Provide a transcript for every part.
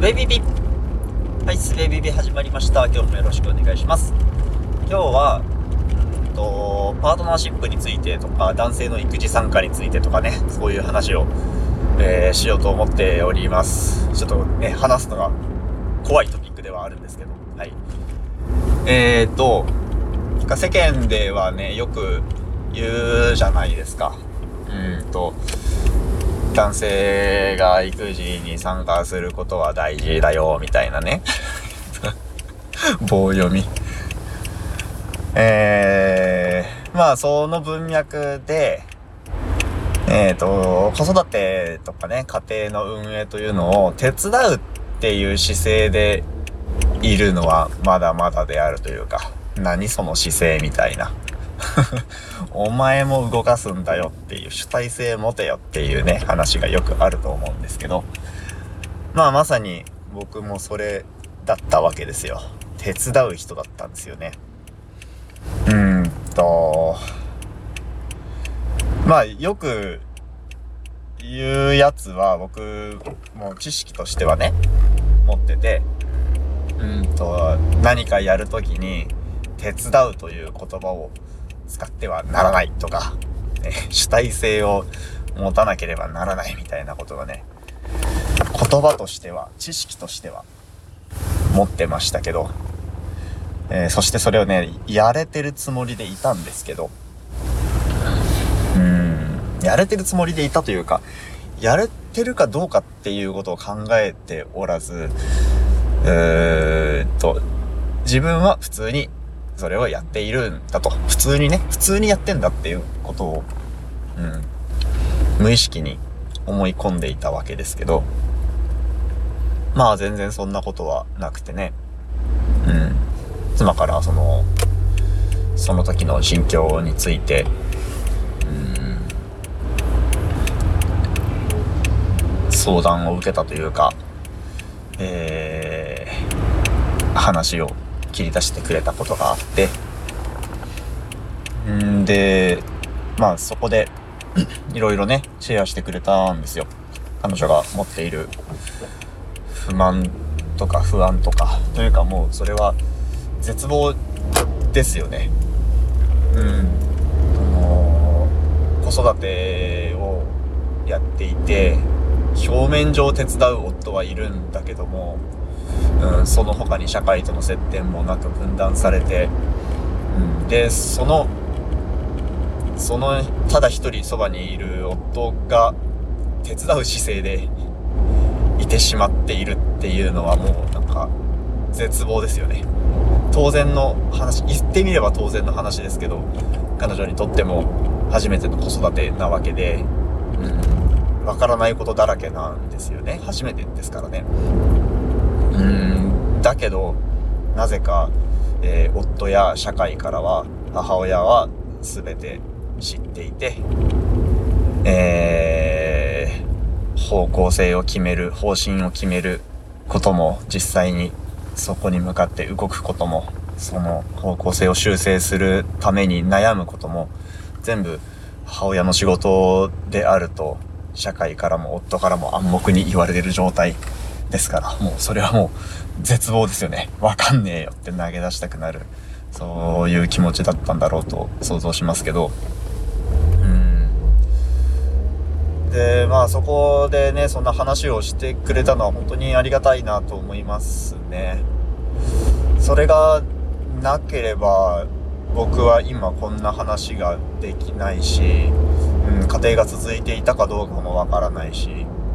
ベビビはい、スベビビ始まりました。今日もよろしくお願いします。今日はパートナーシップについてとか、男性の育児参加についてとかね、そういう話を、しようと思っております。ちょっとね、話すのが怖いトピックではあるんですけど、はい。世間ではね、よく言うじゃないですか。男性が育児に参加することは大事だよみたいなね棒読み。まあその文脈で子育てとかね、家庭の運営というのを手伝うっていう姿勢でいるのはまだまだであるというか、何その姿勢みたいなお前も動かすんだよっていう、主体性持てよっていうね、話がよくあると思うんですけど、まさに僕もそれだったわけですよ。手伝う人だったんですよね。よく言うやつは僕も知識としてはね持ってて、何かやるときに手伝うという言葉を使ってはならないとか、主体性を持たなければならないみたいなことがね、言葉としては、知識としては持ってましたけど、そしてそれをね、やれてるつもりでいたんですけど、やれてるつもりでいたというか、やれてるかどうかっていうことを考えておらず、自分は普通にそれをやっているんだと、普通にやってんだっていうことを、無意識に思い込んでいたわけですけど、全然そんなことはなくてね、妻からその時の心境について、相談を受けたというか、話を切り出してくれたことがあって、でそこでいろいろねシェアしてくれたんですよ。彼女が持っている不満とか不安とか、というかもうそれは絶望ですよね。子育てをやっていて、表面上手伝う夫はいるんだけども、その他に社会との接点もなく分断されて、でそのただ一人そばにいる夫が手伝う姿勢でいてしまっているっていうのはもうなんか絶望ですよね。当然の話、言ってみれば当然の話ですけど、彼女にとっても初めての子育てなわけで、わからないことだらけなんですよね。初めてですからね。だけどなぜか、夫や社会からは母親は全て知っていて、方向性を決める、方針を決めることも、実際にそこに向かって動くことも、その方向性を修正するために悩むことも全部母親の仕事であると社会からも夫からも暗黙に言われてる状態ですから、もうそれはもう絶望ですよね。わかんねえよって投げ出したくなる、そういう気持ちだったんだろうと想像しますけど、でそこでね、そんな話をしてくれたのは本当にありがたいなと思いますね。それがなければ僕は今こんな話ができないし、家庭が続いていたかどうかもわからないし、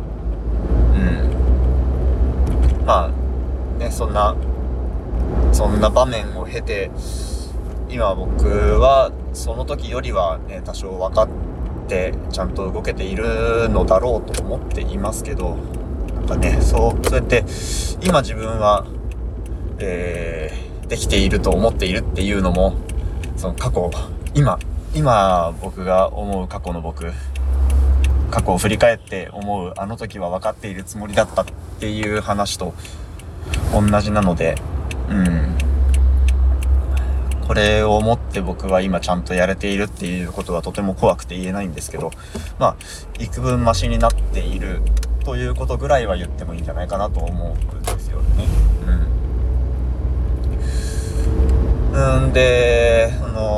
そんな場面を経て、今僕はその時よりはね、多少分かってちゃんと動けているのだろうと思っていますけど、そうやって今自分は、できていると思っているっていうのも、その今僕が思う過去を振り返って思う、あの時は分かっているつもりだったっていう話と同じなので、これをもって僕は今ちゃんとやれているっていうことはとても怖くて言えないんですけど、幾分マシになっているっということぐらいは言ってもいいんじゃないかなと思うんですよね。で、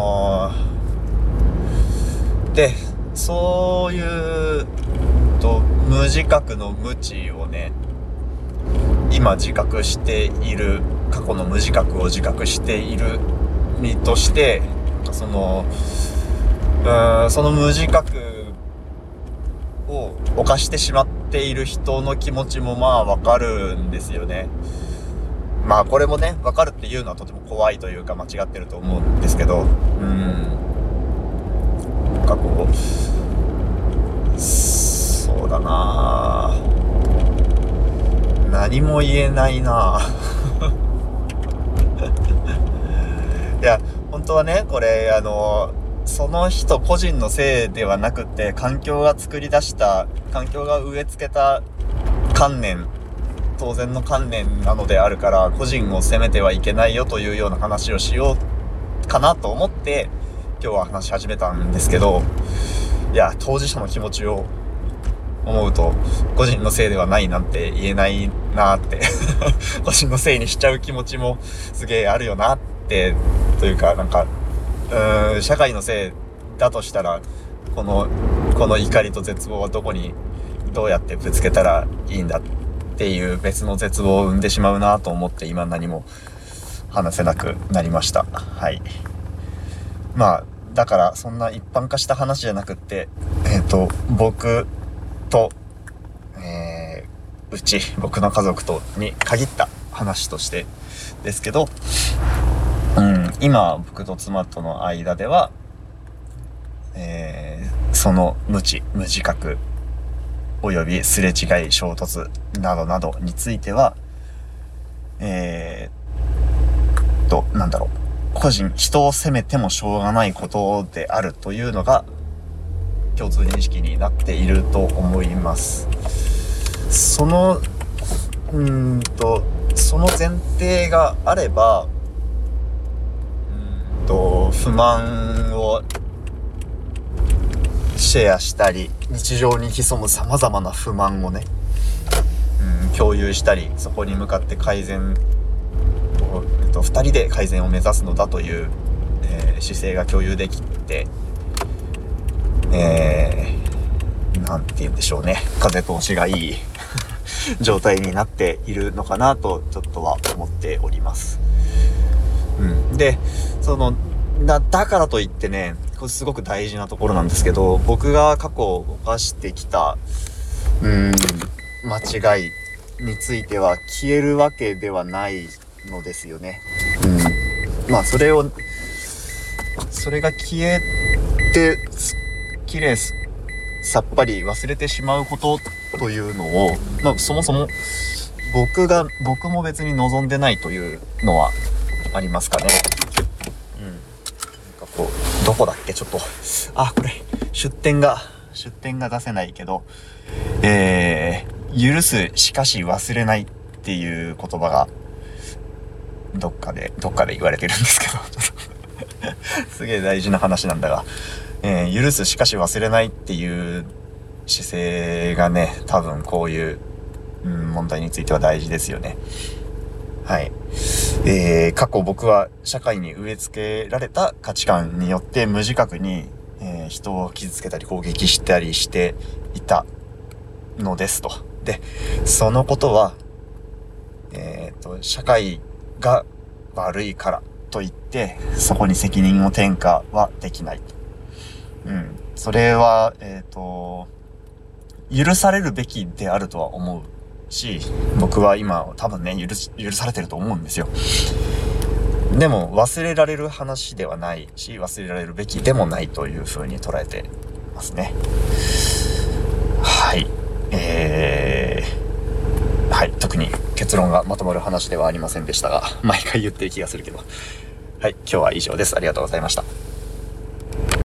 で、そういう無自覚の無知をね、今自覚している、過去の無自覚を自覚している身として、その無自覚を犯してしまっている人の気持ちもまあわかるんですよね。まあこれもね、わかるっていうのはとても怖いというか間違ってると思うんですけど、なんかこう、そうだな、何も言えないないや、本当はね、これその人個人のせいではなくて、環境が作り出した、環境が植え付けた観念、当然の観念なのであるから、個人を責めてはいけないよというような話をしようかなと思って今日は話し始めたんですけど、いや、当事者の気持ちを思うと個人のせいではないなんて言えないなって個人のせいにしちゃう気持ちもすげえあるよなって、というか、なんか社会のせいだとしたら、この怒りと絶望はどうやってぶつけたらいいんだっていう別の絶望を生んでしまうなと思って、今何も話せなくなりました。はい。まあだからそんな一般化した話じゃなくって、僕と、僕の家族とに限った話としてですけど、今僕と妻との間では、その無自覚およびすれ違い衝突などなどについては、人を責めてもしょうがないことであるというのが共通認識になっていると思います。その前提があれば、不満をシェアしたり、日常に潜む様々な不満をね、共有したり、そこに向かって改善を、2人で改善を目指すのだという、姿勢が共有できて、なんて言うんでしょうね、風通しがいい状態になっているのかなとちょっとは思っております。で、だからといってね、これすごく大事なところなんですけど、僕が過去犯してきた間違いについては消えるわけではないのですよね。まあそれが消えてきれいさっぱり忘れてしまうことというのを、そもそも僕も別に望んでないというのはありますかね。なんかこう、どこだっけ、ちょっとこれ出典が出せないけど、許すしかし忘れないっていう言葉がどっかで言われてるんですけどすげえ大事な話なんだが、許すしかし忘れないっていう姿勢がね、多分こういう、問題については大事ですよね。はい。過去僕は社会に植え付けられた価値観によって無自覚に、人を傷つけたり攻撃したりしていたのですと。で、そのことは、社会が悪いからといってそこに責任を転嫁はできないと。それは許されるべきであるとは思うし、僕は今多分ね許されてると思うんですよ。でも忘れられる話ではないし、忘れられるべきでもないという風に捉えてますね。はい。はい、特に結論がまとまる話ではありませんでしたが、毎回言ってる気がするけど、はい、今日は以上です。ありがとうございました。